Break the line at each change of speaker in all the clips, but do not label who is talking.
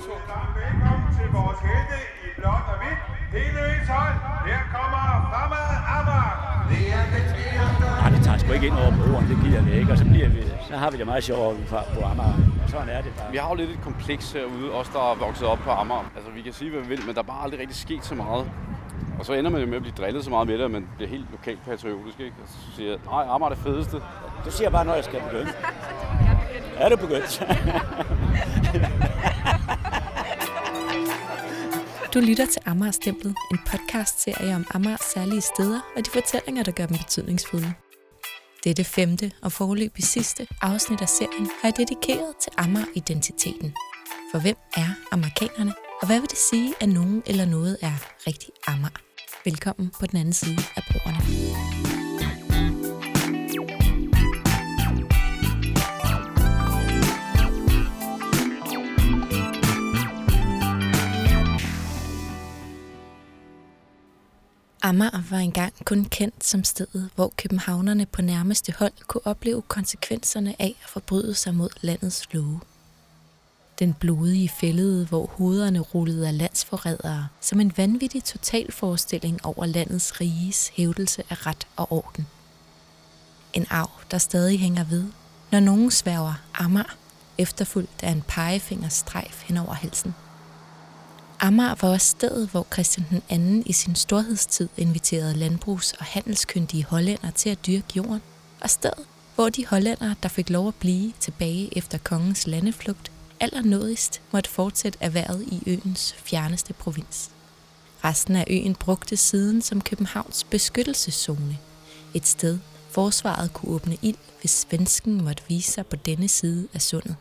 Velkommen til vores helte i blåt og hvidt. Hele øens hold. Her kommer Fremad Amager.
Det tager sgu ikke ind over broren, det giver vi ikke, og så har vi det meget sjovt på Amager. Sådan er det bare.
Vi har jo lidt et kompleks herude, os der er vokset op på Amager. Altså vi kan sige, hvad vi vil, men der er bare aldrig rigtig sket så meget. Og så ender man jo med at blive drillet så meget med det, at man bliver helt lokalt patriotisk, ikke? Og så siger jeg, nej, Amager er det fedeste.
Du siger bare, når jeg skal begynde. Er du begyndt?
Du lytter til Amager-stemplet, en podcast-serie om Amagers særlige steder og de fortællinger, der gør dem betydningsfulde. Det er det 5. og foreløbig sidste afsnit af serien, har jeg dedikeret til Amager-identiteten. For hvem er amerikanerne, og hvad vil det sige, at nogen eller noget er rigtig Amager? Velkommen på den anden side af broerne. Amager var engang kun kendt som stedet, hvor københavnerne på nærmeste hold kunne opleve konsekvenserne af at forbryde sig mod landets love. Den blodige fællede, hvor hovederne rullede af landsforrædere, som en vanvittig totalforestilling over landets riges hævdelse af ret og orden. En arv, der stadig hænger ved, når nogen sværger Amager, efterfulgt af en pegefingerstrejf hen over halsen. Amager var også stedet, hvor Christian den II i sin storhedstid inviterede landbrugs- og handelskyndige hollændere til at dyrke jorden, og stedet, hvor de hollændere, der fik lov at blive tilbage efter kongens landeflugt, allernådigst måtte fortsætte erhvervet i øens fjerneste provins. Resten af øen brugte siden som Københavns beskyttelseszone, et sted, forsvaret kunne åbne ild, hvis svensken måtte vise sig på denne side af sundet.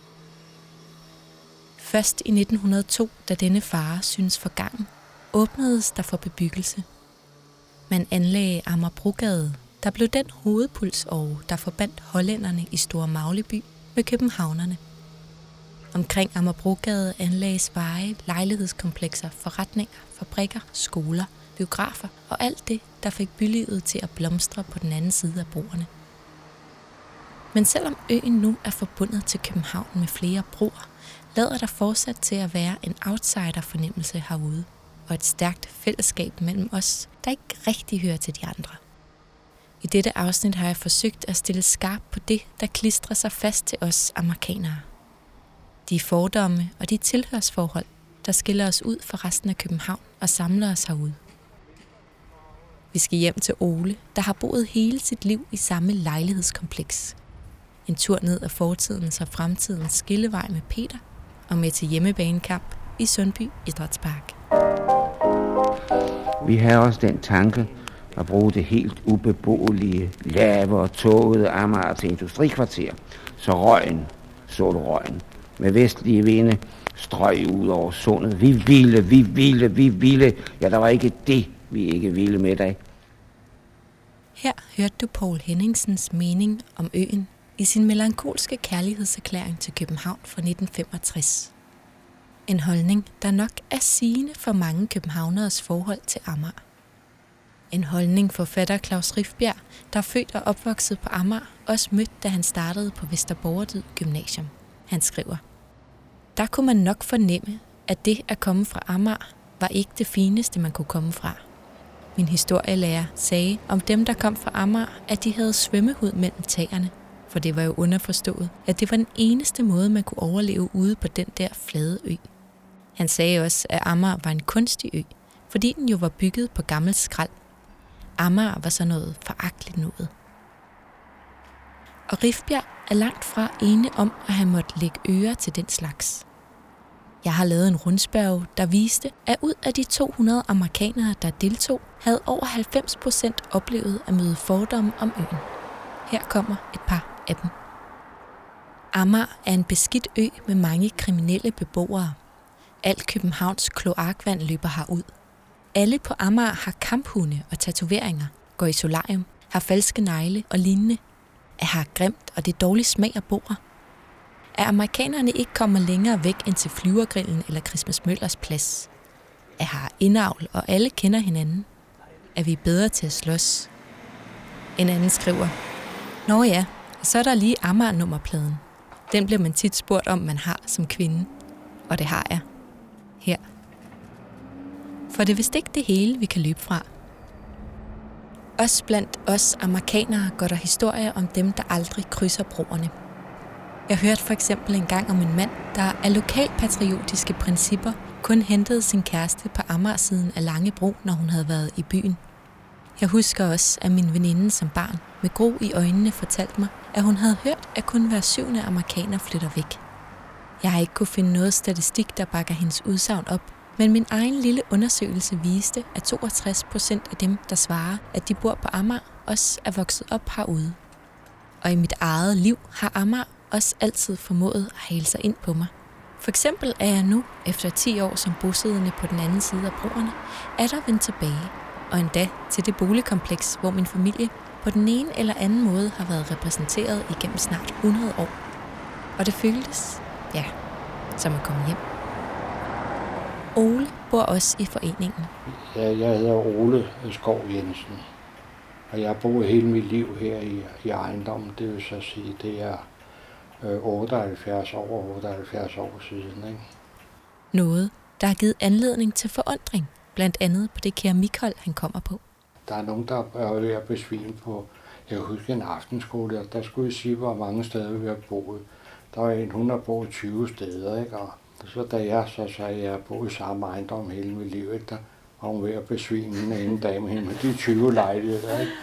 Først i 1902, da denne fare synes forgangen, åbnedes der for bebyggelse. Man anlagde Amagerbrogade, der blev den hovedpulsåre, der forbandt hollænderne i Store Magleby med københavnerne. Omkring Amagerbrogade anlagdes veje, lejlighedskomplekser, forretninger, fabrikker, skoler, biografer og alt det, der fik bylivet til at blomstre på den anden side af broerne. Men selvom øen nu er forbundet til København med flere broer, lader der fortsat til at være en outsider-fornemmelse herude, og et stærkt fællesskab mellem os, der ikke rigtig hører til de andre. I dette afsnit har jeg forsøgt at stille skarpt på det, der klistrer sig fast til os amerikanere. De fordomme og de tilhørsforhold, der skiller os ud fra resten af København og samler os herude. Vi skal hjem til Ole, der har boet hele sit liv i samme lejlighedskompleks. En tur ned af fortidens og fremtidens skillevej med Peter, og med til hjemmebanekamp i Sundby Idrætspark.
Vi har også den tanke at bruge det helt ubeboelige, lave og tågede Amager til industrikvarter, så røgen, med vestlige vinde, strøg ud over sundet. Vi ville. Ja, der var ikke det, vi ikke ville med dig.
Her hørte du Poul Henningsens mening om øen i sin melankolske kærlighedserklæring til København fra 1965. En holdning, der nok er sigende for mange københavneres forhold til Amager. En holdning forfatter Claus Rifbjerg, der er født og opvokset på Amager, også mødte, da han startede på Vesterborgerdyd Gymnasium. Han skriver: Der kunne man nok fornemme, at det at komme fra Amager var ikke det fineste, man kunne komme fra. Min historielærer sagde om dem, der kom fra Amager, at de havde svømmehud mellem tæerne, for det var jo underforstået, at det var den eneste måde, man kunne overleve ude på den der flade ø. Han sagde også, at Amager var en kunstig ø, fordi den jo var bygget på gammel skrald. Amager var så noget foragteligt noget. Og Rifbjerg er langt fra ene om, at han måtte lægge øre til den slags. Jeg har lavet en rundspørge, der viste, at ud af de 200 amerikanere, der deltog, havde over 90% oplevet at møde fordomme om øen. Her kommer et par af dem. Amager er en beskidt ø med mange kriminelle beboere. Alt Københavns kloakvand løber herud. Alle på Amager har kamphunde og tatoveringer, går i solarium, har falske negle og lignende. Er har grimt, og det er dårlig smag af bord. At amerikanerne ikke kommer længere væk end til Flyvergrillen eller Christmas Møllers plads. At har indavl, og alle kender hinanden. Er vi bedre til at slås? En anden skriver: Nå ja, så er der lige Amager-nummerpladen. Den bliver man tit spurgt om, man har som kvinde. Og det har jeg. Her. For det er vist ikke det hele, vi kan løbe fra. Også blandt os amerikanere går der historier om dem, der aldrig krydser broerne. Jeg hørte for eksempel engang om en mand, der af lokalpatriotiske principper kun hentede sin kæreste på Amagersiden af Langebro, når hun havde været i byen. Jeg husker også, at min veninde som barn med gro i øjnene fortalte mig, at hun havde hørt, at kun hver 7. amerikaner flytter væk. Jeg har ikke kunne finde noget statistik, der bakker hendes udsagn op, men min egen lille undersøgelse viste, at 62% af dem, der svarer, at de bor på Amager, også er vokset op herude. Og i mit eget liv har Amager også altid formået at hale sig ind på mig. For eksempel er jeg nu, efter 10 år som bosiddende på den anden side af broerne, der vendt tilbage, og endda til det boligkompleks, hvor min familie på den ene eller anden måde har været repræsenteret igennem snart 100 år. Og det føltes, ja, som at komme hjem. Ole bor også i foreningen.
Ja, jeg hedder Ole Skov Jensen, og jeg har boet hele mit liv her i ejendommen. Det vil så sige, det er 78 år siden. Ikke?
Noget, der har givet anledning til forundring, blandt andet på det keramikhold, han kommer på.
Der er nogen, der er ved at besvime på, jeg kan huske en aftenskole, og der skulle jeg sige, hvor mange steder vi har boet. Der var en, hun har boet 20 steder, ikke? Og så da jeg så sagde, at jeg har boet i samme ejendom hele mit liv, ikke? Der var hun ved at besvime en anden dag med hende, med de 20 lejligheder, ikke?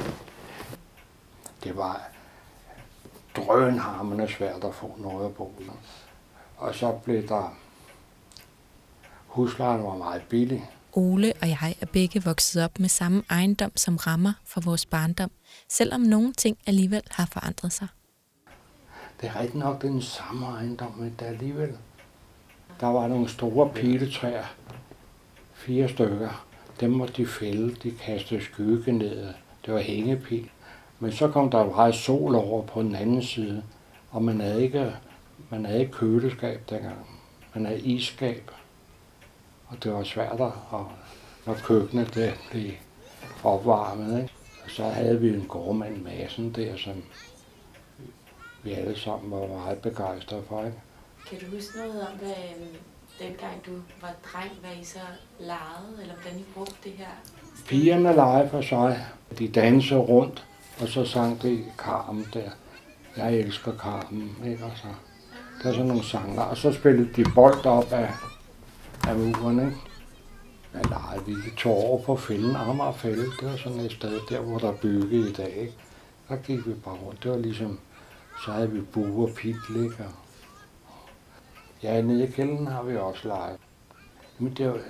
Det var drønhamrende svært at få noget at bo. Og så blev der, huslejen var meget billig.
Ole og jeg er begge vokset op med samme ejendom som rammer for vores barndom, selvom nogle ting alligevel har forandret sig.
Det er rigtig nok den samme ejendom, men der alligevel. Der var nogle store piletræer, 4 stykker. Dem måtte de fælde, de kastede skygge ned. Det var hængepil. Men så kom der meget sol over på den anden side, og man havde ikke køleskab dengang. Man havde isskab. Og det var svært, når køkkenet det blev opvarmet. Ikke? Og så havde vi en gårdmand Madsen der, som vi alle sammen var meget begejstrede for. Ikke?
Kan du huske noget om, hvad dengang du var dreng, hvad I så legede, eller hvordan I brugte det her sted?
Pigerne legede for sig. De dansede rundt, og så sang de Carmen der. Jeg elsker Carmen, ikke? Og så, der er sådan nogle sanger. Og så spillede de bold op af muren, ikke? Ja, nej, vi tog over på fælden, Amagerfælde. Det var sådan et sted der, hvor der er bygget i dag, ikke? Der gik vi bare rundt. Det var ligesom, så havde vi buer og pitle, ikke? Ja, nede i kælderen har vi også leget. Men det var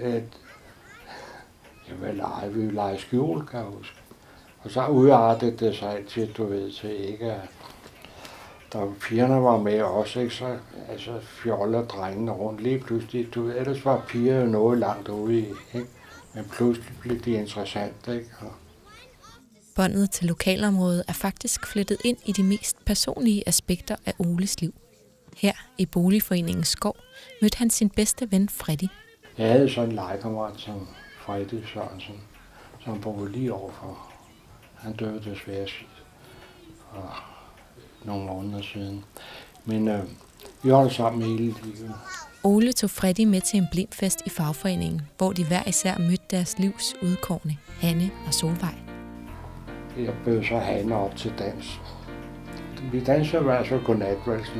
vi legede skjul, kan jeg huske. Og så udartede det sig til, du ved, til ikke at der pigerne var med også, ikke? Så altså fjoller drengene rundt lige pludselig. Du ved, ellers var piger jo noget langt ude i, ikke? Men pludselig blev de interessante, ikke?
Båndet til lokalområdet er faktisk flettet ind i de mest personlige aspekter af Oles liv. Her i boligforeningen Skov mødte han sin bedste ven Freddy.
Jeg havde sådan en legekammerat som Freddy Sørensen, som boede lige overfor. Han døde desværre for nogle måneder siden. Men vi holdt sammen hele livet.
Ole tog Freddy med til en blimfest i fagforeningen, hvor de hver især mødte deres livs udkårne, Hanne og Solvej.
Jeg bød så Hanne op til dans. Vi dansede jo altså godnatvalsen.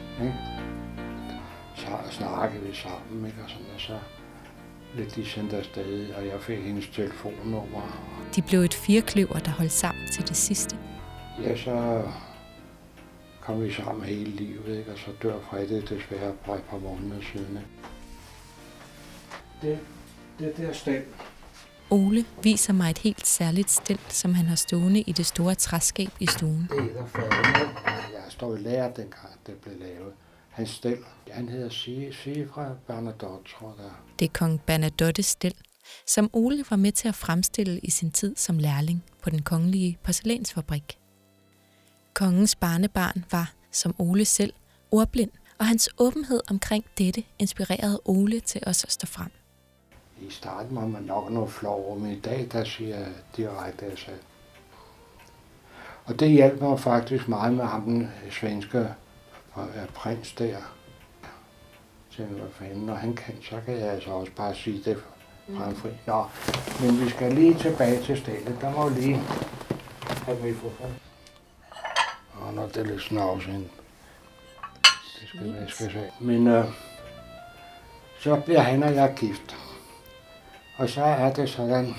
Så snakkede vi sammen, ikke? Og sådan, og så blev de sendt afsted, og jeg fik hendes telefonnummer.
De blev et firkløver, der holdt sammen til det sidste.
Ja, så kom vi sammen hele livet, ikke? Og så dør Freddy desværre på et par måneder siden. Det der stel.
Ole viser mig et helt særligt stel, som han har stående i det store træskab i stuen.
Det er der fadende. Jeg stod i lære dengang, det blev lavet. Hans stel, han hedder Sigfrid Bernadotte, tror jeg.
Det er kong Bernadottes stel, som Ole var med til at fremstille i sin tid som lærling på den kongelige porcelænsfabrik. Kongens barnebarn var, som Ole selv, ordblind, og hans åbenhed omkring dette inspirerede Ole til også at stå frem.
I starten var man nok noget flov, men i dag, der siger jeg direkte af sig. Og det hjalp mig faktisk meget med ham, den svenske prins der. Så tænkte jeg, hvad fanden, når han kan, så kan jeg altså også bare sige det fremfri. Nå, men vi skal lige tilbage til stedet. Der må lige have mikrofon. Og når det er lidt snavsen. Det skal vaskes af. Men så bliver han og jeg gift. Og så er det sådan,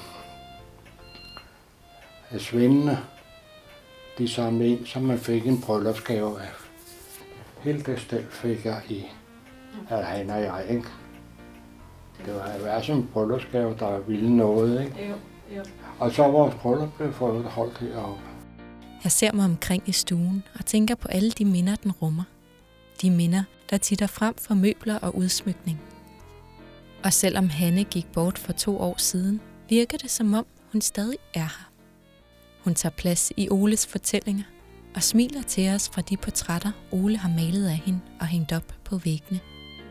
at svendene, de samlede ind, så man fik en bryllupsgave af. Hele det sted fik jeg i, at han og jeg, ikke? Det var i hver sin bryllupsgave, der ville noget, ikke? Jo. Og så vores bryllup blev holdt heroppe.
Jeg ser mig omkring i stuen og tænker på alle de minder, den rummer. De minder, der titter frem for møbler og udsmykning. Og selvom Hanne gik bort for 2 år siden, virker det som om, hun stadig er her. Hun tager plads i Oles fortællinger og smiler til os fra de portrætter, Ole har malet af hende og hængt op på væggene.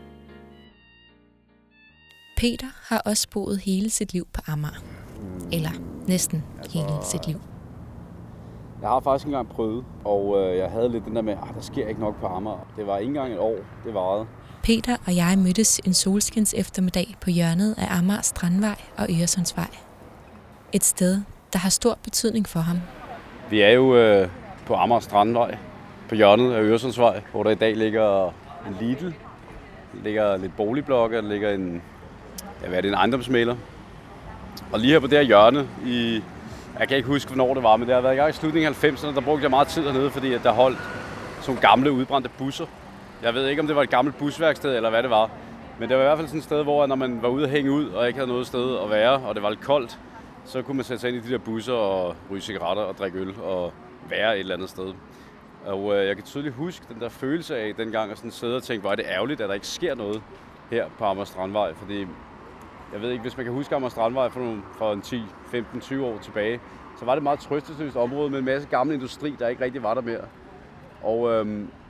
Peter har også boet hele sit liv på Amager. Eller næsten hele sit liv.
Jeg har faktisk engang prøvet, og jeg havde lidt den der med, at der sker ikke nok på Amager. Det var ikke engang et år, det varede.
Peter og jeg mødtes en solskins eftermiddag på hjørnet af Amager Strandvej og Øresundsvej. Et sted, der har stor betydning for ham.
Vi er jo på Amager Strandvej, på hjørnet af Øresundsvej, hvor der i dag ligger en Lidl. Der ligger lidt boligblokke, der ligger en ejendomsmægler. Og lige her på det her hjørne, jeg kan ikke huske, hvornår det var, men det har været i gang i slutningen af 90'erne, der brugte jeg meget tid hernede, fordi at der holdt sådan gamle udbrændte busser. Jeg ved ikke, om det var et gammelt busværksted eller hvad det var, men det var i hvert fald sådan et sted, hvor når man var ude at hænge ud og ikke havde noget sted at være, og det var lidt koldt, så kunne man sætte sig ind i de der busser og ryge cigaretter og drikke øl og være et eller andet sted. Og jeg kan tydeligt huske den der følelse af dengang at sådan sidde og tænke, hvor er det ærgerligt, at der ikke sker noget her på Amager Strandvej, fordi jeg ved ikke, hvis man kan huske Amager Strandvej for en 10, 15, 20 år tilbage, så var det et meget trøstesløst område med en masse gammel industri, der ikke rigtig var der mere. Og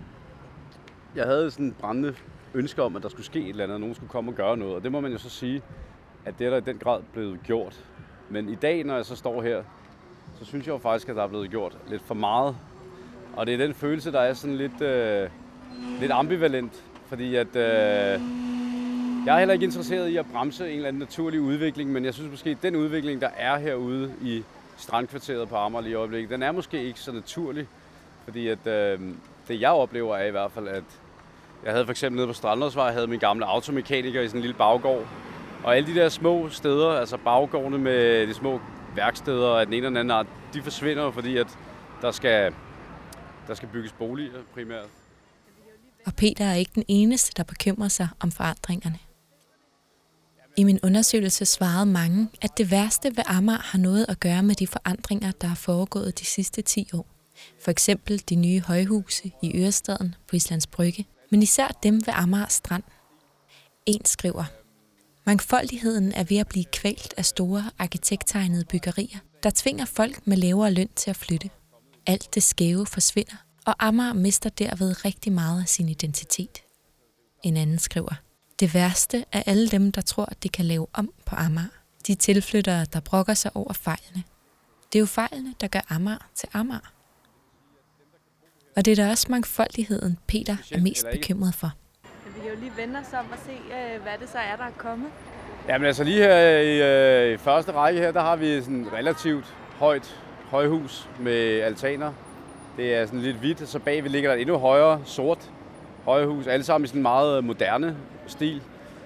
jeg havde sådan en brændende ønske om, at der skulle ske et eller andet, og nogen skulle komme og gøre noget. Og det må man jo så sige, at det er der i den grad blevet gjort. Men i dag, når jeg så står her, så synes jeg jo faktisk, at der er blevet gjort lidt for meget. Og det er den følelse, der er sådan lidt ambivalent, fordi at jeg er heller ikke interesseret i at bremse en eller anden naturlig udvikling, men jeg synes måske, at den udvikling, der er herude i strandkvarteret på Amager lige i øjeblikket, den er måske ikke så naturlig. Fordi at det jeg oplever er i hvert fald, at jeg havde for eksempel nede på Strandersvej, havde min gamle automekaniker i sådan en lille baggård. Og alle de der små steder, altså baggårdene med de små værksteder af den ene eller den anden art, de forsvinder, fordi at der skal bygges boliger primært.
Og Peter er ikke den eneste, der bekymrer sig om forandringerne. I min undersøgelse svarede mange, at det værste ved Amager har noget at gøre med de forandringer, der er foregået de sidste 10 år. For eksempel de nye højhuse i Ørestaden på Islands Brygge, men især dem ved Amager Strand. En skriver: mangfoldigheden er ved at blive kvalt af store arkitekttegnede byggerier, der tvinger folk med lavere løn til at flytte. Alt det skæve forsvinder, og Amager mister derved rigtig meget af sin identitet. En anden skriver: det værste er alle dem, der tror, at det kan lave om på Amager. De tilflyttere, der brokker sig over fejlene. Det er jo fejlene, der gør Amager til Amager. Og det er da også mangfoldigheden, Peter er mest bekymret for.
Vi kan jo lige vende os om og se, hvad det så er, der er kommet.
Jamen altså lige her i første række her, der har vi sådan et relativt højt højhus med altaner. Det er sådan lidt hvidt, og så bagved ligger der et endnu højere sort højhus. Alle sammen i sådan en meget moderne stil.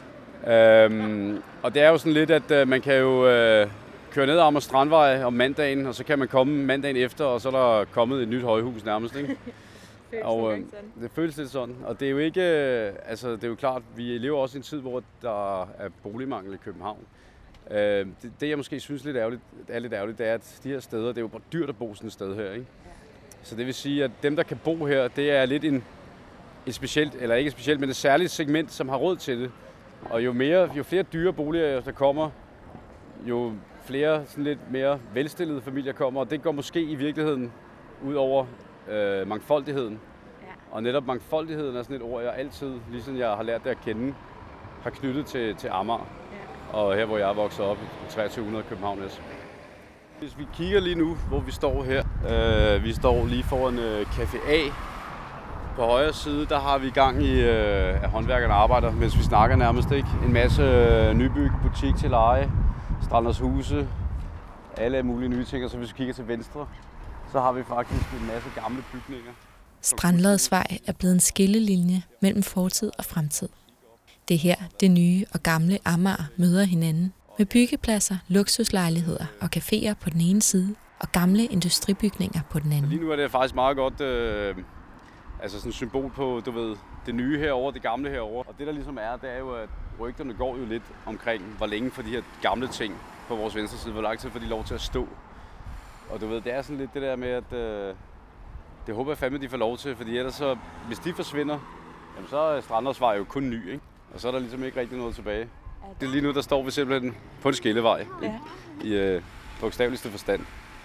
Og det er jo sådan lidt, at man kan jo køre ned ad Amager Strandvej om mandagen, og så kan man komme mandagen efter, og så er der kommet et nyt højhus nærmest, ikke? Og det føles lidt sådan. Og det er jo ikke, altså det er jo klart, vi lever også i en tid, hvor der er boligmangel i København. Det jeg måske synes er lidt ærgerligt, det er, at de her steder, det er jo bare dyrt at bo sådan et sted her, ikke? Så det vil sige, at dem, der kan bo her, det er lidt et specielt, eller ikke specielt, men et særligt segment, som har råd til det. Og jo flere dyre boliger, der kommer, jo flere sådan lidt mere velstillede familier kommer, og det går måske i virkeligheden ud over mangfoldigheden. Ja. Og netop mangfoldigheden er sådan et ord, jeg altid, ligesom jeg har lært det at kende, har knyttet til Amager. Ja. Og her, hvor jeg er vokset op i 2300 København. Hvis vi kigger lige nu, hvor vi står her. Vi står lige foran Café A. På højre side, der har vi i gang i, at håndværkerne arbejder, mens vi snakker nærmest, ikke? En masse nybyg, butik til leje, Stranders huse, alle mulige nye ting. Og så hvis vi kigger til venstre, så har vi faktisk en masse gamle bygninger.
Strandlodsvej er blevet en skillelinje mellem fortid og fremtid. Det er her, det nye og gamle Amager møder hinanden, med byggepladser, luksuslejligheder og caféer på den ene side, og gamle industribygninger på den anden.
Lige nu er det faktisk meget godt sådan et symbol på, du ved, det nye herovre, det gamle herovre. Og det der ligesom er, det er jo, at rygterne går jo lidt omkring, hvor længe for de her gamle ting på vores venstre side, hvor lang tid får de lov til at stå. Og du ved, det er sådan lidt det der med, at det håber jeg fandme, de får lov til, fordi ellers så, hvis de forsvinder, jamen så er Strandersvej jo kun ny, ikke? Og så er der ligesom ikke rigtig noget tilbage. Det er lige nu, der står vi simpelthen på en skillevej, i bogstaveligste forstand.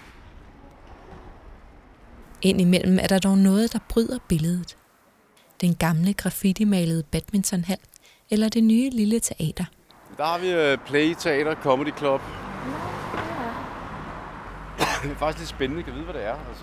Indimellem er der dog noget, der bryder billedet. Den gamle graffiti-malede badmintonhal eller det nye lille teater.
Der har vi Play Teater Comedy Club. Det er faktisk lidt spændende, kan vide, hvad det er. Altså,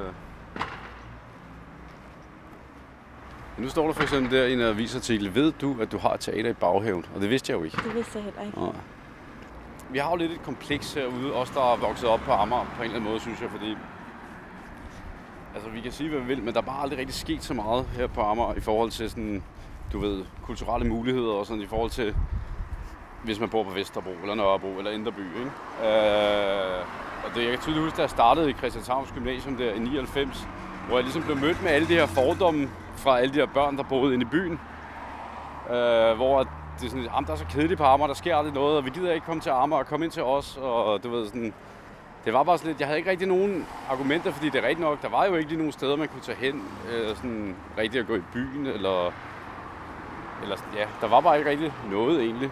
Nu står der for eksempel der i en avisartikel, ved du, at du har et teater i baghaven? Og det vidste jeg jo ikke.
Det vidste jeg heller ikke.
Ja. Vi har jo lidt et kompleks herude, os der er vokset op på Amager på en eller anden måde, synes jeg, fordi altså, vi kan sige, hvad vi vil, men der er bare aldrig rigtig sket så meget her på Amager i forhold til sådan, du ved, kulturelle muligheder og sådan i forhold til, hvis man bor på Vesterbro eller Nørrebro eller Indre By, ikke? Og det, jeg kan tydeligt huske, da jeg startede i Christianshavns Gymnasium der i 99, hvor jeg ligesom blev mødt med alle de her fordomme fra alle de her børn, der boede inde i byen. Hvor det er sådan, der er så kedeligt på Amager, der sker aldrig noget, og vi gider ikke komme til Amager og komme ind til os, og du ved sådan. Det var bare sådan lidt, jeg havde ikke rigtig nogen argumenter, fordi det er rigtigt nok, der var jo ikke lige nogen steder, man kunne tage hen, sådan rigtig at gå i byen, eller ja, der var bare ikke rigtig noget egentlig.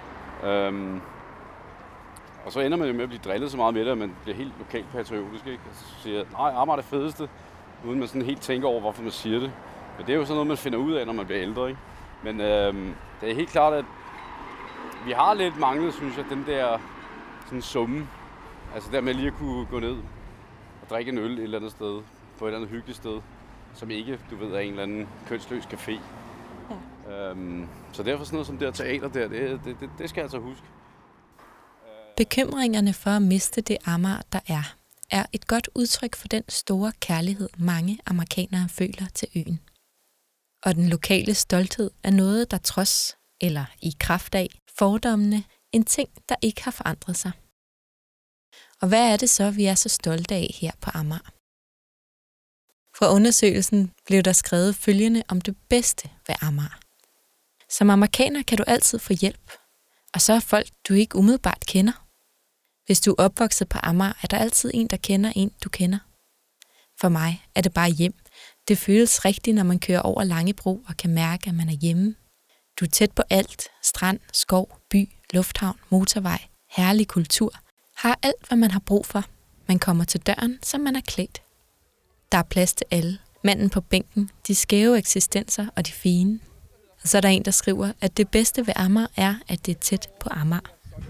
Og så ender man jo med at blive drillet så meget med det, at man bliver helt lokalt patriotisk, ikke? Og så siger, nej, Amager er det fedeste, uden man sådan helt tænker over, hvorfor man siger det. Men det er jo sådan noget, man finder ud af, når man bliver ældre, ikke? Men det er helt klart, at vi har lidt manglet, synes jeg, den der sådan summe. Altså der med lige at kunne gå ned og drikke en øl et eller andet sted, på et eller andet hyggeligt sted, som ikke, du ved, er en eller anden kønsløs café. Ja. Så derfor sådan noget som det her teater der, det skal jeg altså huske.
Bekymringerne for at miste det Amager, der er et godt udtryk for den store kærlighed, mange amerikanere føler til øen. Og den lokale stolthed er noget, der trods, eller i kraft af, fordommene, en ting, der ikke har forandret sig. Og hvad er det så, vi er så stolte af her på Amager? Fra undersøgelsen blev der skrevet følgende om det bedste ved Amager. Som amerikaner kan du altid få hjælp, og så er folk, du ikke umiddelbart kender. Hvis du er opvokset på Amager, er der altid en, der kender en, du kender. For mig er det bare hjem. Det føles rigtigt, når man kører over Langebro og kan mærke, at man er hjemme. Du er tæt på alt. Strand, skov, by, lufthavn, motorvej, herlig kultur. Har alt, hvad man har brug for. Man kommer til døren, som man er klædt. Der er plads til alle. Manden på bænken, de skæve eksistenser og de fine. Og så er der en, der skriver, at det bedste ved Amager er, at det er tæt på Amager.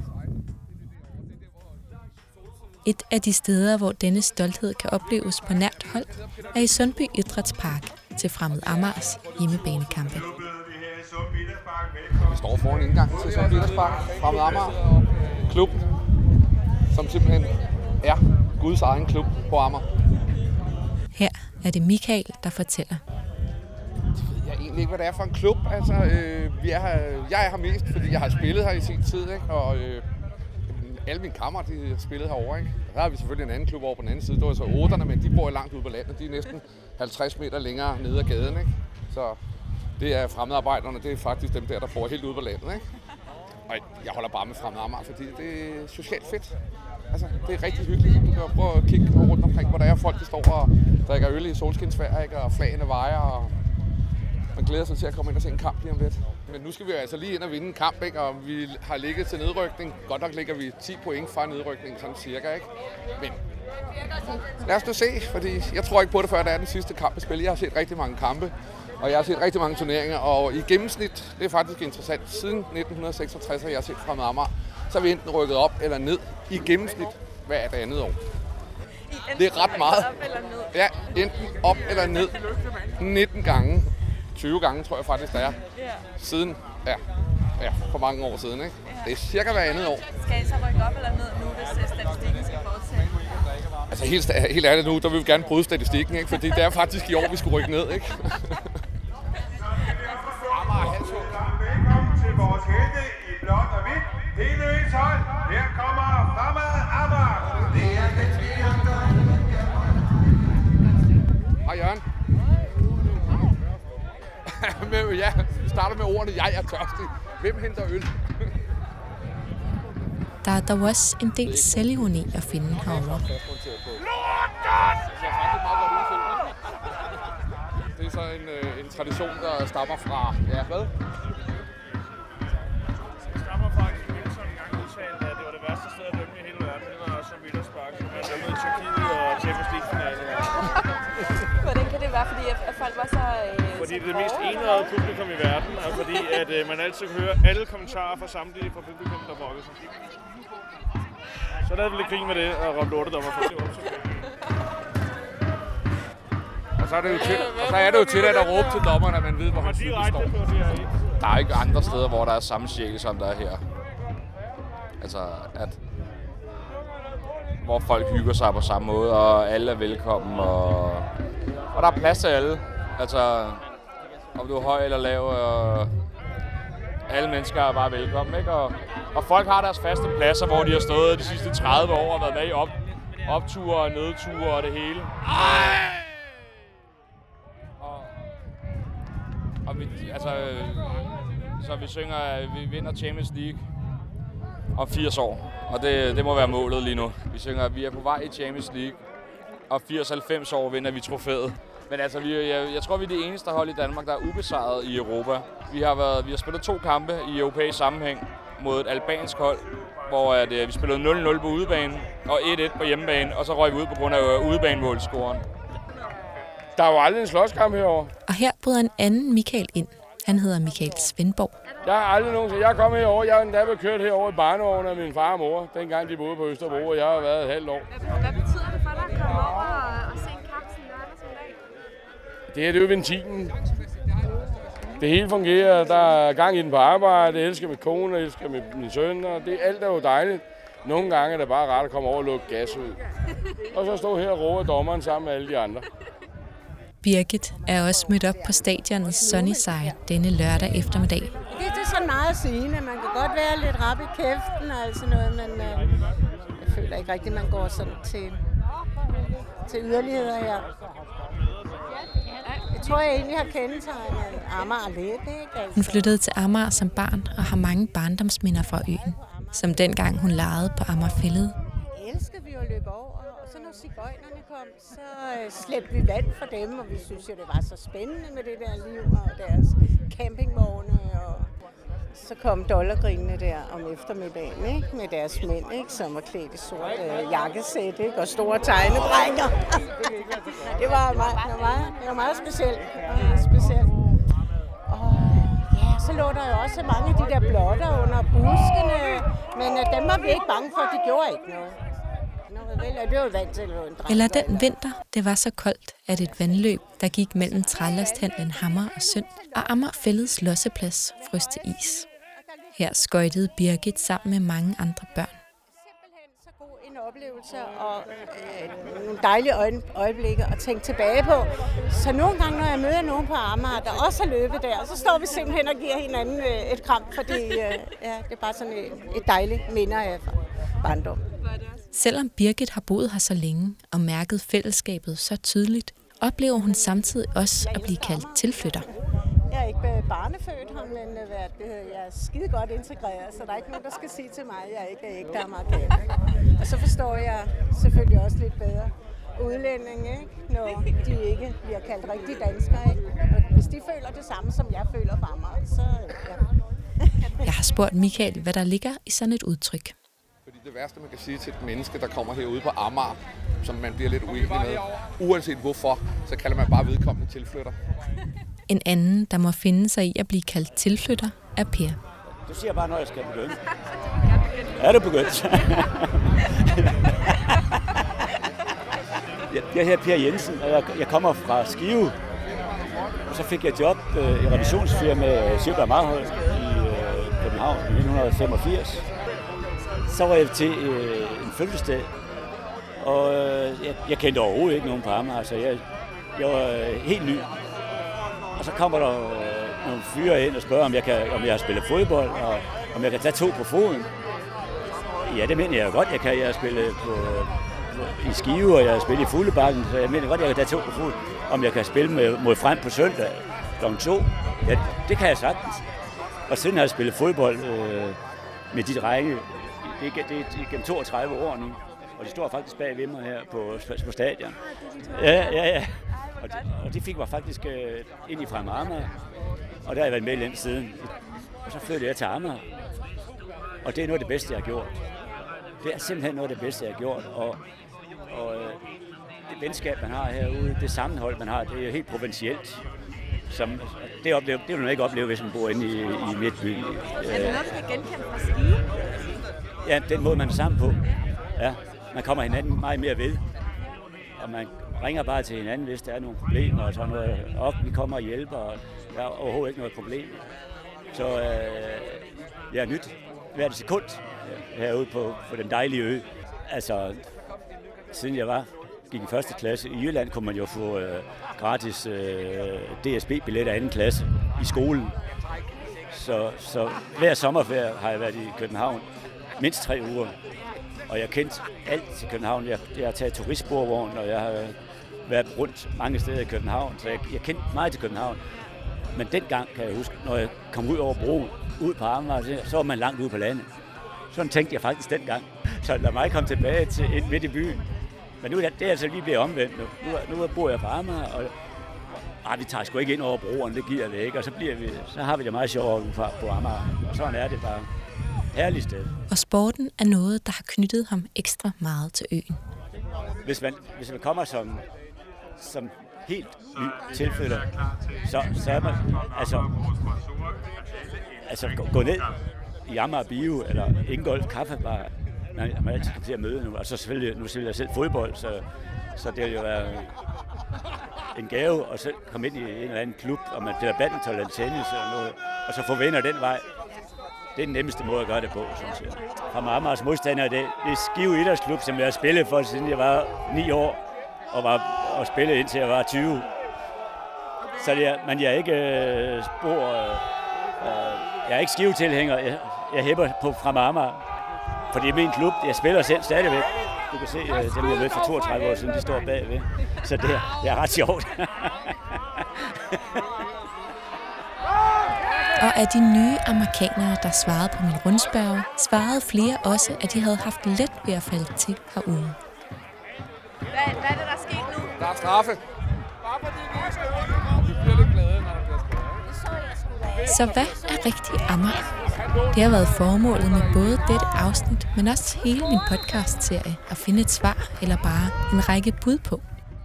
Et af de steder, hvor denne stolthed kan opleves på nært hold, er i Sundby Idrætspark til Fremad Amagers hjemmebanekampe.
Vi står foran indgangen til Sundby Idrætspark, Fremad Amager klub, som simpelthen er Guds egen klub på Amager.
Her er det Michael, der fortæller.
Jeg ved egentlig ikke, hvad det er for en klub. Altså, jeg er her mest, fordi jeg har spillet her i sin tid, ikke? Og alle mine kammerater, de har spillet herovre, ikke? Der har vi selvfølgelig en anden klub over på den anden side. Det var så 8'erne, men de bor langt ude på landet. De er næsten 50 meter længere nede ad gaden, ikke? Så det er fremmedarbejderne, det er faktisk dem der bor helt ude på landet, ikke? Og jeg holder bare med Fremad Amager, fordi det er socialt fedt. Altså, det er rigtig hyggeligt. Du kan prøve at kigge rundt omkring, hvor der er folk, der står og drikker øl i solskinsvejr, ikke? Og flagene vejer, og man glæder sig til at komme ind og se en kamp lige om lidt. Men nu skal vi altså lige ind og vinde en kamp, ikke? Og vi har ligget til nedrykning. Godt nok ligger vi 10 point fra nedrykning, sådan cirka, ikke? Men lad os nu se, fordi jeg tror ikke på det, før det er den sidste kamp, jeg spiller. Jeg har set rigtig mange kampe, og jeg har set rigtig mange turneringer, og i gennemsnit, det er faktisk interessant, siden 1966 har jeg set Fremad Amager, så har vi enten rykket op eller ned i gennemsnit hver andet år.
I
Det er ret meget.
Op eller ned.
Ja, enten op eller ned. 19 gange. 20 gange, tror jeg faktisk, der er. Siden, ja, for mange år siden, ikke? Det er cirka hver andet år.
Skal I så rykke op eller ned nu, hvis statistikken skal fortsætte?
Altså helt ærligt nu, der vil vi gerne bryde statistikken, ikke? Fordi det er faktisk i år, vi skulle rykke ned, ikke?
Velkommen til vores helte i blåt og hvidt. Hele øens hold. Her kommer Fremad Amager. Det er den
Hej Jørgen. Ja, vi starter med ordene, jeg er tørstig. Hvem henter øl?
Der er dog også en del selvironi at finde herovre.
Det er så en tradition, der stammer fra... Ja, hvad?
Det stammer fra Kim Wilson en gang udtalt, at det var det værste sted at dømme i hele verden. Det var som Vitterspark, som havde dømmet i Tyrkiet og Champions League-finalen.
Hvordan kan det være, fordi at folk var så...
Fordi det er det mest enede publikum i verden, og fordi at man altid hører alle kommentarer fra samtlige fra publikum, der brokker sig. Så lavede vi lidt grin med det, og råbte lortedommer for det også.
Og så er det jo til, at råbe til dommeren, at man ved, hvor han står. Der er ikke andre steder, hvor der er samme sjæl, som der er her. Altså, hvor folk hygger sig på samme måde, og alle er velkommen, og der er plads til alle. Altså, om du er høj eller lav, og alle mennesker er bare velkommen, ikke? Og folk har deres faste pladser, hvor de har stået de sidste 30 år og været med i opture og nedture og det hele. Og vi, altså, så vi synger, at vi vinder Champions League om 80 år, og det må være målet lige nu. Vi synger, at vi er på vej i Champions League, og 80-90 år vinder vi trofæet. Men altså, jeg tror, vi er det eneste hold i Danmark, der er ubesejret i Europa. Vi har spillet 2 kampe i europæisk sammenhæng mod et albansk hold, hvor vi spillede 0-0 på udebane og 1-1 på hjemmebane, og så røg vi ud på grund af udebanemålscoren.
Der er jo aldrig en slåskamp herovre.
Og her bryder en anden Michael ind. Han hedder Michael Svendborg.
Jeg har aldrig nogensinde. Jeg er kommet herover. Jeg har endda kørt herover i barnevognen af min far og mor, dengang de boede på Østerbro, og jeg har været et halvt år.
Hvad betyder det for dig at komme over og se en kamp sådan lørdag som dag?
Det her, det er jo ventilen. Det hele fungerer. Der er gang i den på arbejde. Jeg elsker min kone, jeg elsker min søn, og alt er jo dejligt. Nogle gange er det bare rart at komme over og lukke gas ud. Og så stå her og råbe dommeren sammen med alle de andre.
Birgit er også mødt op på stadionet Sunnyside denne lørdag eftermiddag.
Det er sådan meget sigende. Man kan godt være lidt rap i kæften og sådan noget, men jeg føler ikke rigtigt, at man går sådan til yderligheder her. Jeg tror, jeg egentlig har kendetegnet Amager lidt, ikke? Altså.
Hun flyttede til Amager som barn og har mange barndomsminder fra øen. Som dengang hun legede på Amagerfælled.
Elskede vi at løbe over, og så når sigøjnerne kom, så slæbte vi vand for dem, og vi synes jo, det var så spændende med det der liv og deres campingvogne, og så kom dollargrinene der om eftermiddagen, ikke? Med deres mænd, ikke? Som var klædt i sort jakkesæt, ikke? Og store tegnedrænger. Det var meget specielt. Så lå der jo også mange af de der blotter under buskene, men dem var vi ikke bange for, de gjorde ikke noget. Det var jo vant til,
Eller den vinter, det var så koldt, at et vandløb, der gik mellem trælasthandlen Hammer og Sønd, og Amagerfælleds losseplads frøs til is. Her skøjtede Birgit sammen med mange andre børn.
Simpelthen så god en oplevelse og nogle dejlige øjeblikke at tænke tilbage på. Så nogle gange, når jeg møder nogen på Amager, der også har løbet der, så står vi simpelthen og giver hinanden et kram, fordi det er bare sådan et dejligt minder af barndom.
Selvom Birgit har boet her så længe og mærket fællesskabet så tydeligt, oplever hun samtidig også at blive kaldt tilflytter.
Jeg er ikke barnefødt her, men jeg er skide godt integreret, så der er ikke nogen, der skal sige til mig, at jeg ikke er ægte amerikaner. Og så forstår jeg selvfølgelig også lidt bedre udlændinge, ikke? Når de ikke bliver kaldt rigtig danskere. Ikke? Og hvis de føler det samme, som jeg føler for mig, så ja.
Jeg har spurgt Michael, hvad der ligger i sådan et udtryk.
Fordi det værste, man kan sige til et menneske, der kommer herude på Amager, som man bliver lidt uenig med, uanset hvorfor, så kalder man bare vedkommende tilflytter.
En anden, der må finde sig i at blive kaldt tilflytter, er Per.
Du siger bare, når jeg skal begynde. Er det begyndt? Jeg hedder Per Jensen, og jeg kommer fra Skive. Og så fik jeg job i revisionsfirma Sjøberg Marhold i København i 1985. Så var jeg til en fødselsdag, og jeg kendte overhovedet ikke nogen på Amager, så jeg var helt ny. Og så kommer der nogle fyre ind og spørger, om jeg har spillet fodbold, og om jeg kan tage 2 på foden. Ja, det mener jeg godt, jeg kan. Jeg har spillet i Skive, og jeg har spillet i Fuglebakken, så jeg mener godt, jeg kan tage 2 på foden. Om jeg kan spille mod Frem på søndag kl. 2, ja, det kan jeg sagtens. Og siden har jeg spillet fodbold med de drenge. Det er gennem 32 år nu, og de står faktisk bag ved mig her på stadion. Ja. Og de fik mig faktisk ind i Frem Amager, og der har jeg været med siden. Og så flyttede jeg til Amager, og det er noget af det bedste, jeg har gjort. Det er simpelthen noget af det bedste, jeg har gjort, og det venskab, man har herude, det sammenhold, man har, det er helt provincielt. Det vil man ikke opleve, hvis man bor inde i midtbyen.
Er det noget, du kan genkende fra Skive?
Ja, den måde, man er sammen på. Ja, man kommer hinanden meget mere ved, og man ringer bare til hinanden, hvis der er nogle problemer, og så noget op, vi kommer og hjælper, og der er overhovedet ikke noget problem. Så jeg har nyt hvert sekund herude på den dejlige ø. Altså, siden jeg gik i første klasse i Jylland, kunne man jo få gratis DSB-billet af 2. klasse i skolen. Så hver sommerferie har jeg været i København mindst 3 uger. Og jeg kendte alt til København. Jeg har taget turistsporvogn, og jeg har været rundt mange steder i København, så jeg kendte meget til København. Men dengang kan jeg huske, når jeg kom ud over broen, ud på Amager, så var man langt ude på landet. Sådan tænkte jeg faktisk dengang. Så lad mig komme tilbage til ind midt i byen. Men nu er det altså lige blevet omvendt nu. Nu bor jeg på Amager, og vi tager sgu ikke ind over broen, det giver det ikke. Og så har vi det meget sjovt på Amager. Og sådan er det bare. Herligt sted.
Og sporten er noget, der har knyttet ham ekstra meget til øen.
Hvis man kommer som helt ny tilflytter, så er man altså gå ned i Amager Bio eller Ingolf Kaffebar. Man altid kan til at møde nu. Og så selvfølgelig, nu spiller jeg selv fodbold, så det vil jo være en gave at selv komme ind i en eller anden klub, og man spiller badminton eller tennis eller noget, og så få venner den vej. Det er den nemmeste måde at gøre det på, synes jeg. Fra Amagers modstander det er Skive Idrætsklub, som jeg har spillet for, siden jeg var 9 år, og spillet indtil jeg var 20. Så men jeg er ikke jeg er ikke Skive-tilhænger. Jeg hæpper på fra Amager, for det er min klub. Jeg spiller selv stadigvæk. Du kan se, dem jeg mødte for 32 år siden, de står bagved. Så det er ret sjovt.
Og af de nye amerikanere, der svarede på min rundspørge, svarede flere også, at de havde haft let ved at falde til herude.
Hvad er det, der er sket nu?
Der er straffe. Bare fordi vi ikke skal ud, vi bliver lidt glade, når der bliver skrevet.
Så hvad er rigtig Amager? Det har været formålet med både dette afsnit, men også hele min podcast-serie at finde et svar eller bare en række bud på.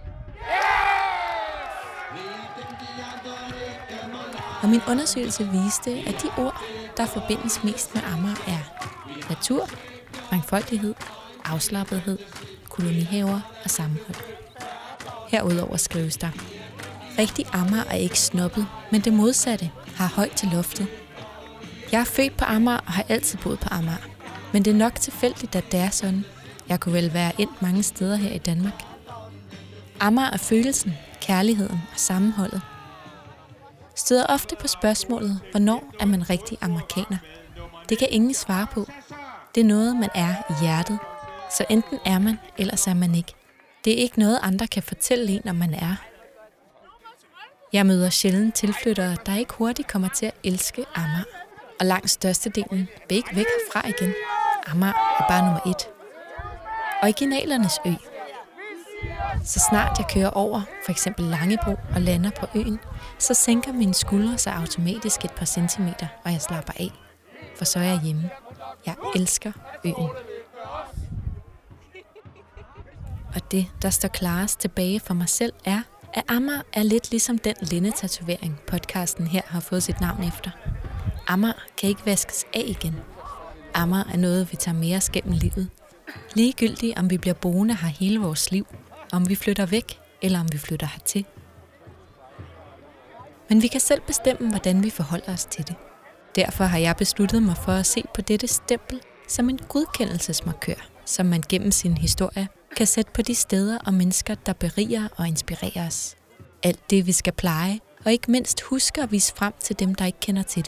Og min undersøgelse viste, at de ord, der forbindes mest med Amager, er natur, mangfoldighed, afslappethed, kolonihaver og sammenhold. Herudover skrives der: rigtig Amager er ikke snobbet, men det modsatte, har højt til loftet. Jeg er født på Amager og har altid boet på Amager. Men det er nok tilfældigt, at det er sådan. Jeg kunne vel være endt mange steder her i Danmark. Amager er følelsen, kærligheden og sammenholdet. Støder ofte på spørgsmålet, hvornår er man rigtig amerikaner? Det kan ingen svare på. Det er noget, man er i hjertet. Så enten er man, ellers er man ikke. Det er ikke noget, andre kan fortælle en, når man er. Jeg møder sjældent tilflyttere, der ikke hurtigt kommer til at elske Amager. Og langt størstedelen vil ikke væk herfra igen. Amager er bare nummer 1. Originalernes ø. Så snart jeg kører over for eksempel Langebro og lander på øen, så sænker mine skuldre sig automatisk et par centimeter, og jeg slapper af. For så er jeg hjemme. Jeg elsker øen. Og det, der står klarest tilbage for mig selv, er, at Amager er lidt ligesom den lindetatovering, podcasten her har fået sit navn efter. Amager kan ikke vaskes af igen. Amager er noget, vi tager med os gennem livet. Ligegyldigt om vi bliver boende her hele vores liv, om vi flytter væk, eller om vi flytter hertil. Men vi kan selv bestemme, hvordan vi forholder os til det. Derfor har jeg besluttet mig for at se på dette stempel som en godkendelsesmarkør, som man gennem sin historie kan sætte på de steder og mennesker, der beriger og inspirerer os. Alt det, vi skal pleje, og ikke mindst huske at vise frem til dem, der ikke kender til det.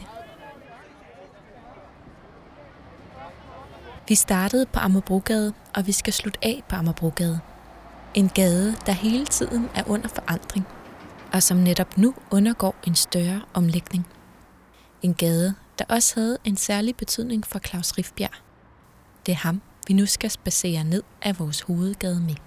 Vi startede på Amagerbrogade, og vi skal slutte af på Amagerbrogade. En gade, der hele tiden er under forandring, og som netop nu undergår en større omlægning. En gade, der også havde en særlig betydning for Claus Rifbjerg. Det er ham, vi nu skal spacere ned af vores hovedgade med.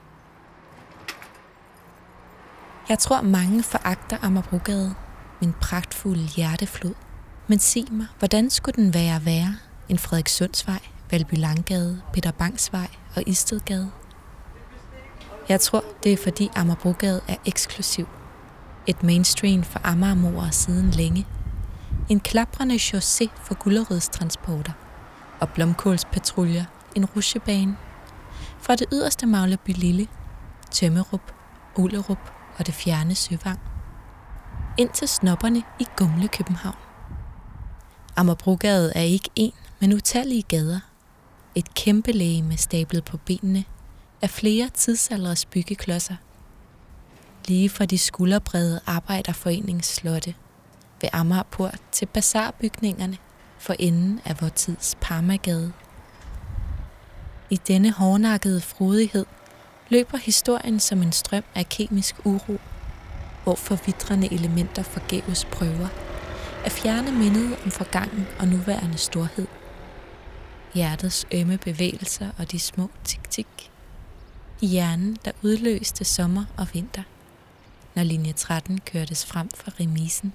Jeg tror, mange foragter Amagerbrogade, min pragtfulde hjerteflod. Men sig mig, hvordan skulle den være værre end Frederikssundsvej, Valby Langgade, Peter Bangs Vej og Istedgade? Jeg tror, det er fordi Amagerbrogade er eksklusiv. Et mainstream for Amagermoere siden længe. En klaprende chaussé for gulerodstransporter og blomkålspatruljer, en rutsjebane. Fra det yderste Magleby Lille, Tømmerup, Ullerup og det fjerne Søvang. Ind til snopperne i Gumle København. Amagerbrogade er ikke én, men utallige gader. Et kæmpe legeme stablet på benene af flere tidsalders byggeklodser. Lige fra de skulderbrede arbejderforeningsslotte ved Amagerport til bazarbygningerne for enden af vor tids Parmagade. I denne hårdnakkede frodighed løber historien som en strøm af kemisk uro, hvor forvitrende elementer forgæves prøver at fjerne mindet om forgangen og nuværende storhed. Hjertets ømme bevægelser og de små tik-tik i hjernen, der udløste sommer og vinter, når linje 13 kørtes frem for remisen.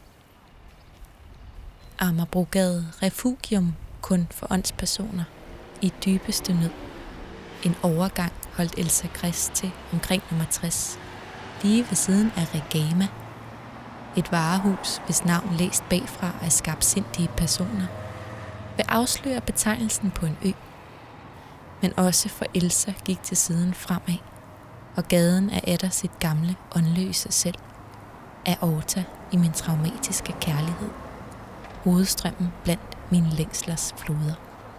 Amagerbrogade refugium kun for åndspersoner i dybeste nød. En overgang holdt Elsa Gress til omkring nummer 60, lige ved siden af Regama. Et varehus, hvis navn læst bagfra af skarpsindige personer, vil afsløre betegnelsen på en ø. Men også for Elsa gik til siden fremad, og gaden er atter sit gamle, åndløse selv, af Aorta i min traumatiske kærlighed, hovedstrømmen blandt mine længslers floder.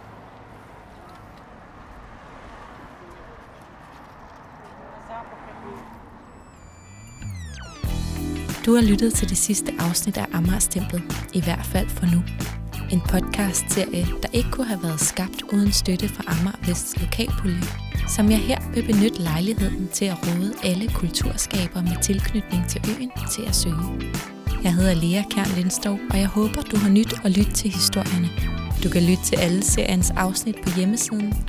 Du har lyttet til det sidste afsnit af Amagerstemplet, i hvert fald for nu. En podcast-serie, der ikke kunne have været skabt uden støtte fra Amager Vests lokalpulje, som jeg her vil benytte lejligheden til at råde alle kulturskaber med tilknytning til øen til at søge. Jeg hedder Lea Kjern Lindskov, og jeg håber, du har nyt at lytte til historierne. Du kan lytte til alle seriens afsnit på hjemmesiden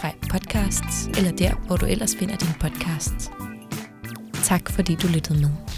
amagerstemplet.dk/podcasts, eller der, hvor du ellers finder din podcast. Tak fordi du lyttede med.